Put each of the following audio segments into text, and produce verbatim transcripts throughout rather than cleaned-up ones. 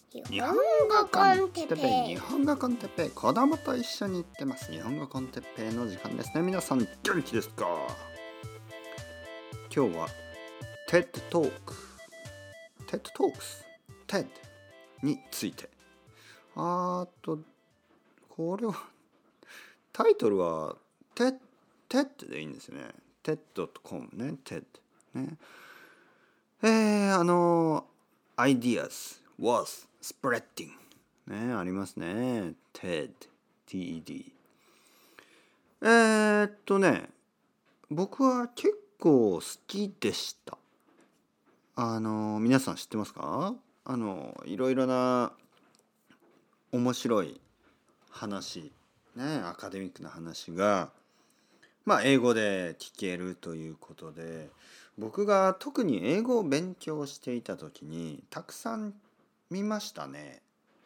日本語コンテッペイ日本語コンテッペイ子供と一緒に行ってます。日本語コンテッペイの時間ですね。皆さん元気ですか？今日は テッド トーク テッド トークス テッド について、あとこれはタイトルは テッド でいいんですよね。 テッド ドットコム ね。 テッド ね。えー、あの ideas was spreading ね、ありますね。 テッド ティーイーディー えー、っとね僕は結構好きでした。あの皆さん知ってますか？あのいろいろな面白い話ね、アカデミックな話がまあ英語で聞けるということで、僕が特に英語を勉強していた時にたくさん見ましたね。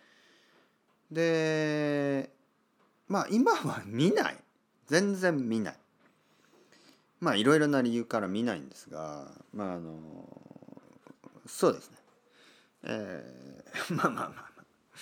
でまあ今は見ない、全然見ない。まあいろいろな理由から見ないんですが、まああのそうですね、えー、まあまあまあま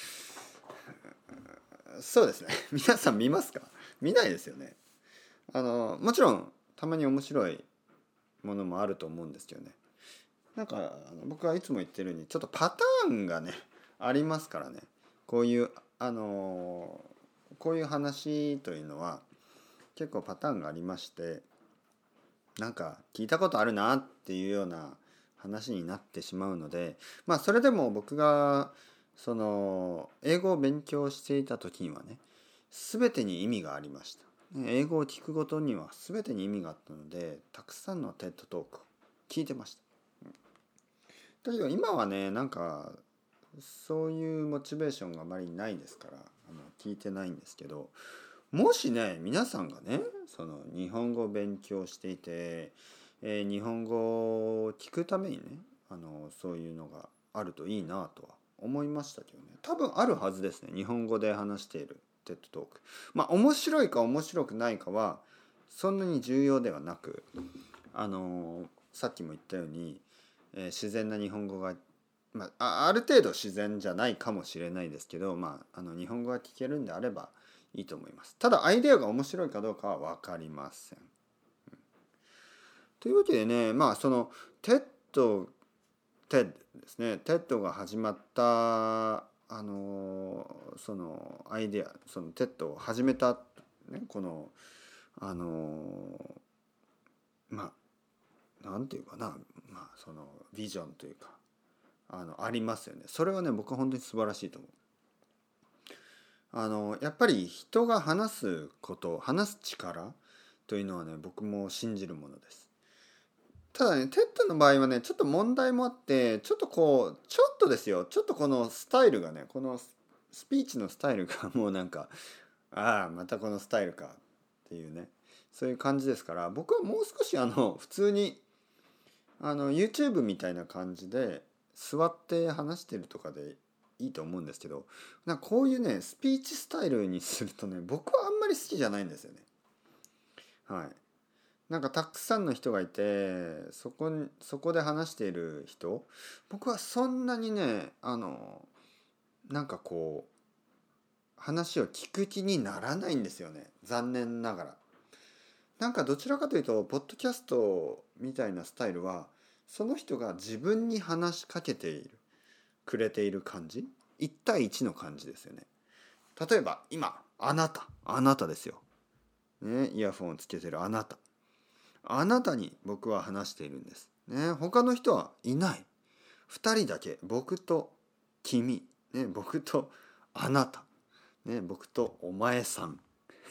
あそうですね皆さん見ますか？見ないですよね。あのもちろんたまに面白いものもあると思うんですけどね。なんかあの僕はいつも言ってるようにちょっとパターンがねありますからね。こういうあのこういう話というのは結構パターンがありまして、なんか聞いたことあるなっていうような話になってしまうので、まあそれでも僕がその英語を勉強していた時にはね、全てに意味がありました。英語を聞くことには全てに意味があったので、たくさんのテッドトーク聞いてました。だけど今はね、なんかそういうモチベーションがあまりないですから、あの聞いてないんですけど、もしね皆さんがねその日本語を勉強していて、えー、日本語を聞くためにねあのそういうのがあるといいなとは思いましたけどね。多分あるはずですね、日本語で話しているテッドトーク。まあ面白いか面白くないかはそんなに重要ではなく、あのさっきも言ったように、えー、自然な日本語が、まあ、ある程度自然じゃないかもしれないですけど、まあ、あの日本語が聞けるんであればいいと思います。ただアイデアが面白いかどうかは分かりません。うん、というわけでね、まあそのテッドテッドですね。テッドが始まったあのそのアイデア、そのテッドを始めたね、このあのまあなんていうかな、まあそのビジョンというかあのありますよね。それはね僕は本当に素晴らしいと思う。あのやっぱり人が話すこと話す力というのはね僕も信じるものです。ただねテッドの場合はねちょっと問題もあって、ちょっとこうちょっとですよ、ちょっとこのスタイルがね、このスピーチのスタイルがもうなんかああまたこのスタイルかっていうね、そういう感じですから、僕はもう少しあの普通にあの YouTube みたいな感じで座って話してるとかでいいと思うんですけど、なんかこういうねスピーチスタイルにするとね僕はあんまり好きじゃないんですよね。はい。なんかたくさんの人がいてそこにそこで話している人、僕はそんなにねあのなんかこう話を聞く気にならないんですよね、残念ながら。なんかどちらかというとポッドキャストみたいなスタイルはその人が自分に話しかけているくれている感じ、いち対いちの感じですよね。例えば今あなたあなたですよ、ね、イヤフォンをつけてるあなた、あなたに僕は話しているんです、ね、他の人はいない。ふたりだけ、僕と君、ね、僕とあなた、ね、僕とお前さん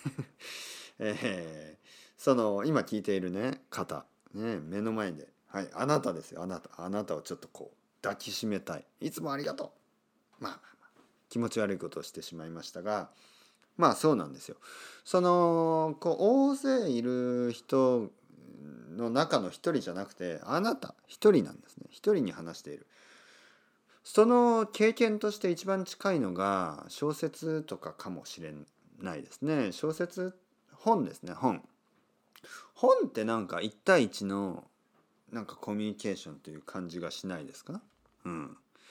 えー、その今聞いているね方、ね、目の前で、はい、あなたですよ、あなたあなたをちょっとこう抱きしめたい。いつもありがとう。まあまあまあ気持ち悪いことをしてしまいましたが、まあそうなんですよ。そのこう大勢いる人の中の一人じゃなくてあなた一人なんですね。一人に話している。その経験として一番近いのが小説とかかもしれないですね。小説、本ですね。本本ってなんか一対一のなんかコミュニケーションという感じがしないですか？うん。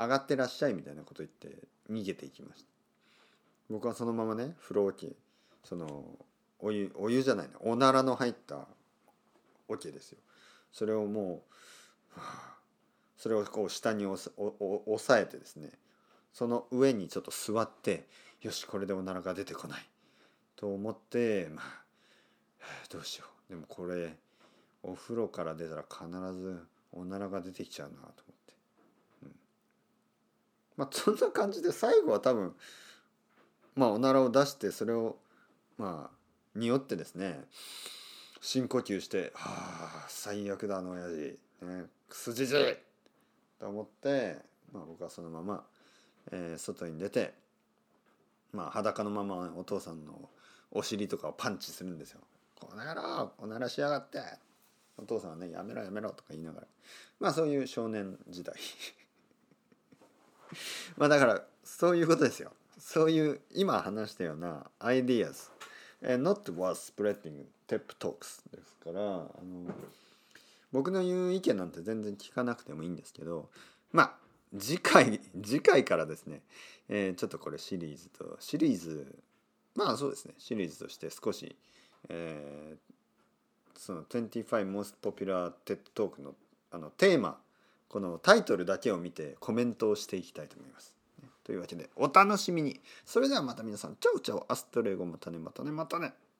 上がってらっしゃいみたいなこと言って逃げていきました。僕はそのままね風呂桶、そのお湯お湯じゃないなおならの入った桶ですよ。それをもう、はあ、それをこう下に押さ押さえてですね、その上にちょっと座って、よしこれでおならが出てこないと思って、まあどうしよう、でもこれお風呂から出たら必ずおならが出てきちゃうなと思って、うん、まあそんな感じで最後は多分まあおならを出して、それをまあ匂ってですね、深呼吸して、はあ最悪だあの親父、ね、クソじじいと思って、まあ、僕はそのまま、えー、外に出て、まあ裸のままお父さんのお尻とかをパンチするんですよ。この野郎おならしやがって、お父さんはねやめろやめろとか言いながら、まあそういう少年時代まあだからそういうことですよ。そういう今話したような ideas not worth spreading pep talks ですから、あの僕の言う意見なんて全然聞かなくてもいいんですけど、まあ次回次回からですね、えー、ちょっとこれシリーズとシリーズまあそうですねシリーズとして少し、えー、そのにじゅうご most popular TED Talk のあのテーマ、このタイトルだけを見てコメントをしていきたいと思います。というわけでお楽しみに。それではまた皆さん、チャウチャウアストレゴまたねまたねまたね。